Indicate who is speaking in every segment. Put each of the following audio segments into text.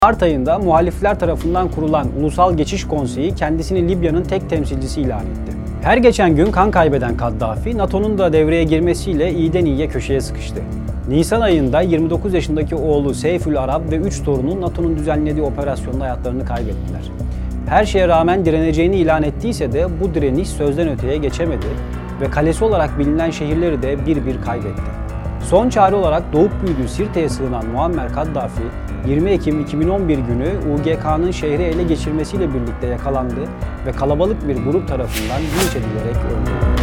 Speaker 1: Mart ayında muhalifler tarafından kurulan Ulusal Geçiş Konseyi kendisini Libya'nın tek temsilcisi ilan etti. Her geçen gün kan kaybeden Kaddafi, NATO'nun da devreye girmesiyle iyiden iyiye köşeye sıkıştı. Nisan ayında 29 yaşındaki oğlu Seyfül Arab ve 3 torunu NATO'nun düzenlediği operasyonda hayatlarını kaybettiler. Her şeye rağmen direneceğini ilan ettiyse de bu direniş sözden öteye geçemedi ve kalesi olarak bilinen şehirleri de bir bir kaybetti. Son çare olarak doğup büyüdüğü Sirte'ye sığınan Muammer Kaddafi, 20 Ekim 2011 günü UGK'nın şehri ele geçirmesiyle birlikte yakalandı ve kalabalık bir grup tarafından linç edilerek öldürüldü.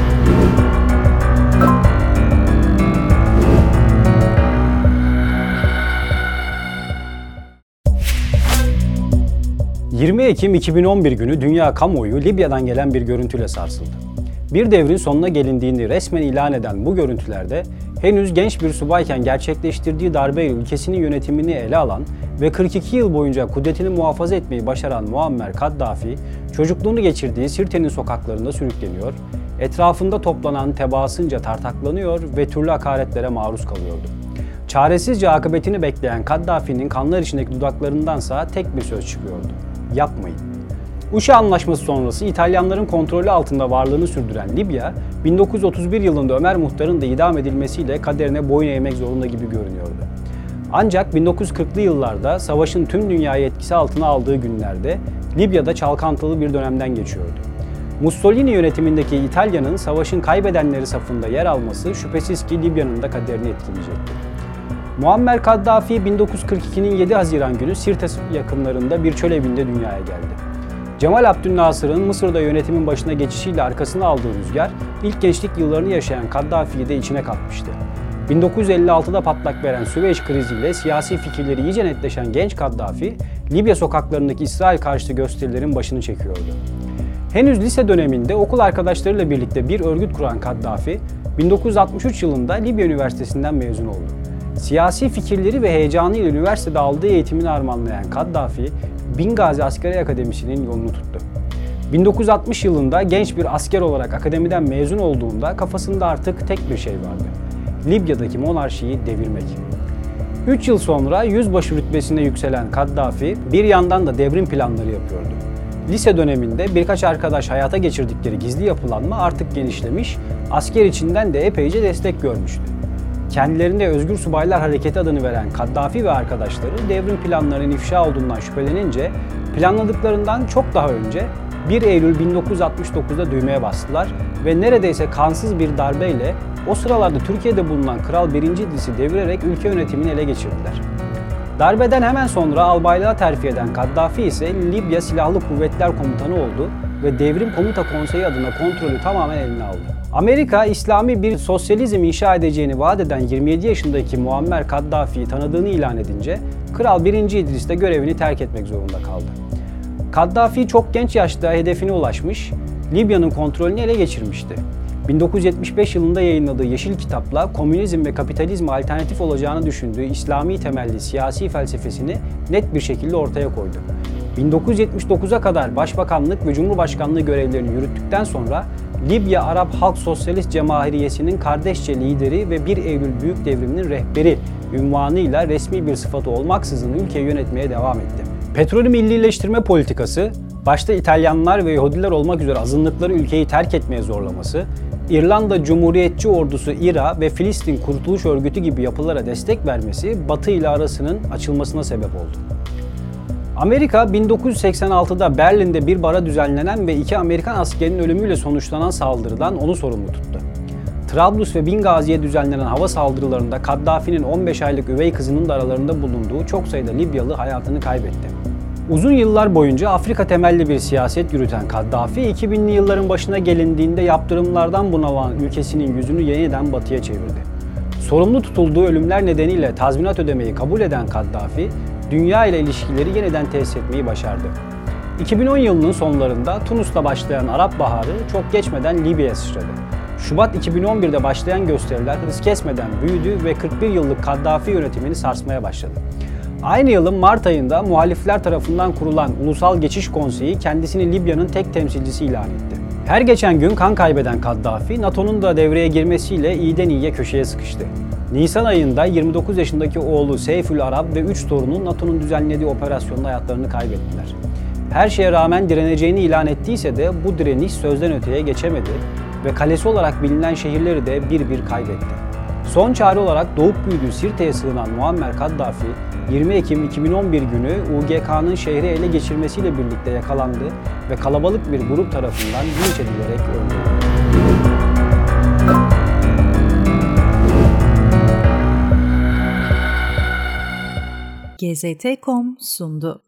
Speaker 1: 20 Ekim 2011 günü dünya kamuoyu Libya'dan gelen bir görüntüyle sarsıldı. Bir devrin sonuna gelindiğini resmen ilan eden bu görüntülerde henüz genç bir subayken gerçekleştirdiği darbeyle ülkesinin yönetimini ele alan ve 42 yıl boyunca kudretini muhafaza etmeyi başaran Muammer Kaddafi, çocukluğunu geçirdiği Sirte'nin sokaklarında sürükleniyor, etrafında toplanan tebaasınca tartaklanıyor ve türlü hakaretlere maruz kalıyordu. Çaresizce akıbetini bekleyen Kaddafi'nin kanlar içindeki dudaklarındansa tek bir söz çıkıyordu: yapmayın. Uşa Anlaşması sonrası İtalyanların kontrolü altında varlığını sürdüren Libya, 1931 yılında Ömer Muhtar'ın da idam edilmesiyle kaderine boyun eğmek zorunda gibi görünüyordu. Ancak 1940'lı yıllarda savaşın tüm dünyayı etkisi altına aldığı günlerde Libya'da çalkantılı bir dönemden geçiyordu. Mussolini yönetimindeki İtalya'nın savaşın kaybedenleri safında yer alması şüphesiz ki Libya'nın da kaderini etkileyecekti. Muammer Kaddafi 1942'nin 7 Haziran günü Sirte yakınlarında bir çöl evinde dünyaya geldi. Cemal Abdülnasır'ın Mısır'da yönetimin başına geçişiyle arkasına aldığı rüzgar, ilk gençlik yıllarını yaşayan Kaddafi'yi de içine katmıştı. 1956'da patlak veren Süveyş kriziyle siyasi fikirleri iyice netleşen genç Kaddafi, Libya sokaklarındaki İsrail karşıtı gösterilerin başını çekiyordu. Henüz lise döneminde okul arkadaşlarıyla birlikte bir örgüt kuran Kaddafi, 1963 yılında Libya Üniversitesi'nden mezun oldu. Siyasi fikirleri ve heyecanıyla üniversitede aldığı eğitimini armağanlayan Kaddafi, Bingazi Askeri Akademisi'nin yolunu tuttu. 1960 yılında genç bir asker olarak akademiden mezun olduğunda kafasında artık tek bir şey vardı: Libya'daki monarşiyi devirmek. 3 yıl sonra yüzbaşı rütbesine yükselen Kaddafi bir yandan da devrim planları yapıyordu. Lise döneminde birkaç arkadaş hayata geçirdikleri gizli yapılanma artık genişlemiş, asker içinden de epeyce destek görmüştü. Kendilerine Özgür Subaylar Hareketi adını veren Kaddafi ve arkadaşları devrim planlarının ifşa olduğundan şüphelenince planladıklarından çok daha önce 1 Eylül 1969'da düğmeye bastılar ve neredeyse kansız bir darbeyle o sıralarda Türkiye'de bulunan Kral 1. İdris'i devirerek ülke yönetimini ele geçirdiler. Darbeden hemen sonra albaylığa terfi eden Kaddafi ise Libya Silahlı Kuvvetler Komutanı oldu ve Devrim Komuta Konseyi adına kontrolü tamamen eline aldı. Amerika, İslami bir sosyalizm inşa edeceğini vaat eden 27 yaşındaki Muammer Kaddafi'yi tanıdığını ilan edince Kral 1. İdris de görevini terk etmek zorunda kaldı. Kaddafi çok genç yaşta hedefine ulaşmış, Libya'nın kontrolünü ele geçirmişti. 1975 yılında yayınladığı Yeşil Kitap'la komünizm ve kapitalizme alternatif olacağını düşündüğü İslami temelli siyasi felsefesini net bir şekilde ortaya koydu. 1979'a kadar başbakanlık ve cumhurbaşkanlığı görevlerini yürüttükten sonra Libya Arap Halk Sosyalist Cemahiriyesi'nin kardeşçe lideri ve 1 Eylül Büyük Devriminin rehberi unvanıyla resmi bir sıfatı olmaksızın ülkeyi yönetmeye devam etti. Petrolü millileştirme politikası, başta İtalyanlar ve Yahudiler olmak üzere azınlıkları ülkeyi terk etmeye zorlaması, İrlanda Cumhuriyetçi Ordusu İRA ve Filistin Kurtuluş Örgütü gibi yapılara destek vermesi Batı ile arasının açılmasına sebep oldu. Amerika, 1986'da Berlin'de bir bara düzenlenen ve 2 Amerikan askerinin ölümüyle sonuçlanan saldırıdan onu sorumlu tuttu. Trablus ve Bingazi'ye düzenlenen hava saldırılarında Kaddafi'nin 15 aylık üvey kızının da aralarında bulunduğu çok sayıda Libyalı hayatını kaybetti. Uzun yıllar boyunca Afrika temelli bir siyaset yürüten Kaddafi, 2000'li yılların başına gelindiğinde yaptırımlardan bunalan ülkesinin yüzünü yeniden batıya çevirdi. Sorumlu tutulduğu ölümler nedeniyle tazminat ödemeyi kabul eden Kaddafi, dünya ile ilişkileri yeniden tesis etmeyi başardı. 2010 yılının sonlarında Tunus'ta başlayan Arap Baharı çok geçmeden Libya'ya sıçradı. Şubat 2011'de başlayan gösteriler hız kesmeden büyüdü ve 41 yıllık Kaddafi yönetimini sarsmaya başladı. Aynı yılın Mart ayında muhalifler tarafından kurulan Ulusal Geçiş Konseyi kendisini Libya'nın tek temsilcisi ilan etti. Her geçen gün kan kaybeden Kaddafi, NATO'nun da devreye girmesiyle iyiden iyiye köşeye sıkıştı. Nisan ayında 29 yaşındaki oğlu Seyfül Arab ve 3 torunu NATO'nun düzenlediği operasyonda hayatlarını kaybettiler. Her şeye rağmen direneceğini ilan ettiyse de bu direniş sözden öteye geçemedi ve kalesi olarak bilinen şehirleri de bir bir kaybetti. Son çare olarak doğup büyüdüğü Sirte'ye sığınan Muammer Kaddafi, 20 Ekim 2011 günü UGK'nın şehri ele geçirmesiyle birlikte yakalandı ve kalabalık bir grup tarafından linç edilerek öldürüldü.
Speaker 2: GZT.com sundu.